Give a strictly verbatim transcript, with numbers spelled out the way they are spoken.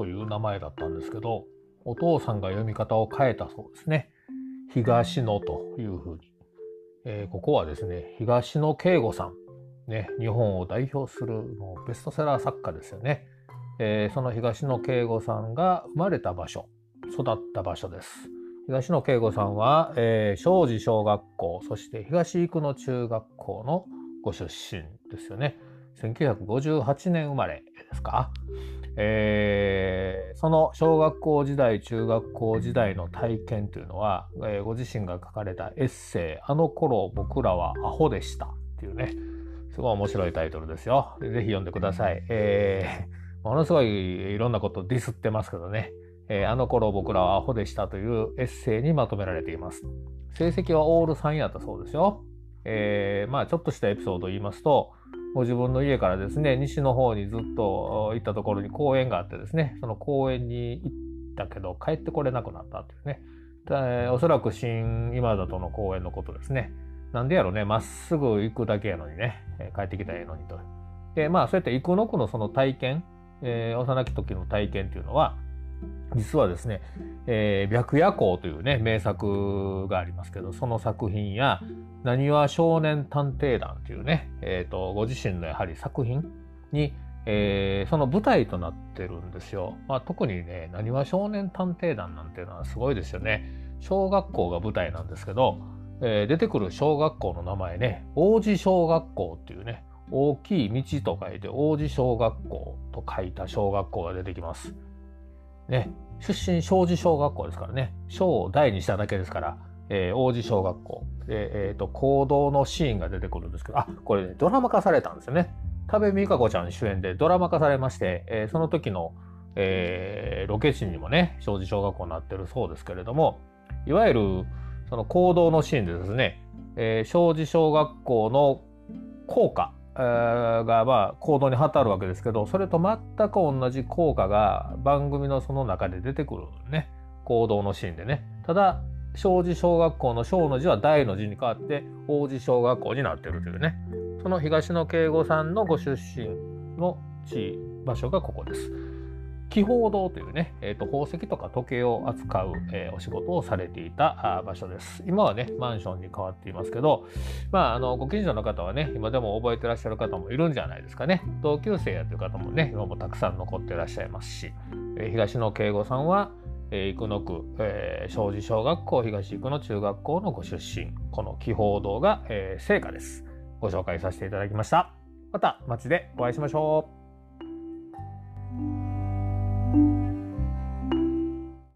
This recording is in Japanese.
という名前だったんですけど、お父さんが読み方を変えたそうですね。東野というふうに。えー、ここはですね、東野圭吾さん。ね、日本を代表するもうベストセラー作家ですよね。えー、その東野圭吾さんが生まれた場所、育った場所です。東野圭吾さんは、えー、庄司小学校、そして東生野中学校のご出身ですよね。せんきゅうひゃくごじゅうはちねん生まれですか。えー、その小学校時代、中学校時代の体験というのは、えー、ご自身が書かれたエッセイ、あの頃僕らはアホでしたっていうね、すごい面白いタイトルですよ。ぜひ読んでください。えー、ものすごいいろんなことディスってますけどね、えー、あの頃僕らはアホでしたというエッセイにまとめられています。成績はオールさんやったそうですよ。えー、まあちょっとしたエピソードを言いますと、ご自分の家からですね、西の方にずっと行ったところに公園があってですね、その公園に行ったけど帰ってこれなくなったというね、えー、おそらく新今里の公園のことですね。なんでやろね、まっすぐ行くだけやのにね、えー、帰ってきたらええのにと。で、まあそうやって生野区のその体験、えー、幼き時の体験というのは、実はですね、えー、白夜行というね、名作がありますけど、その作品や、なにわ少年探偵団というね、えーと、ご自身のやはり作品に、えー、その舞台となってるんですよ。まあ、特にね、なにわ少年探偵団なんていうのはすごいですよね。小学校が舞台なんですけど、えー、出てくる小学校の名前ね、王子小学校っていうね、大きい道と書いて王子小学校と書いた小学校が出てきます。ね、出身庄司小学校ですからね、小を大にしただけですから、えー、王子小学校で、えーと、行動のシーンが出てくるんですけど、あ、これね、ドラマ化されたんですよね。多部未華子ちゃん主演でドラマ化されまして、えー、その時の、えー、ロケ地にもね、庄司小学校になってるそうですけれども、いわゆるその行動のシーンでですね、えー、庄司小学校の校歌がまあ行動に当たるわけですけど、それと全く同じ効果が番組のその中で出てくるね、行動のシーンでね。ただ庄司小学校の小の字は大の字に変わって王子小学校になっているというね、その東野圭吾さんのご出身の地場所がここです。気泡堂というね、えーと、宝石とか時計を扱う、えー、お仕事をされていた場所です。今はね、マンションに変わっていますけど、まあ、あの、ご近所の方はね、今でも覚えてらっしゃる方もいるんじゃないですかね。同級生やという方もね、今もたくさん残ってらっしゃいますし、えー、東野圭吾さんは、えー、生野区、えー、庄司小学校、東生野中学校のご出身、この気泡堂が、えー、成果です。ご紹介させていただきました。また街でお会いしましょう。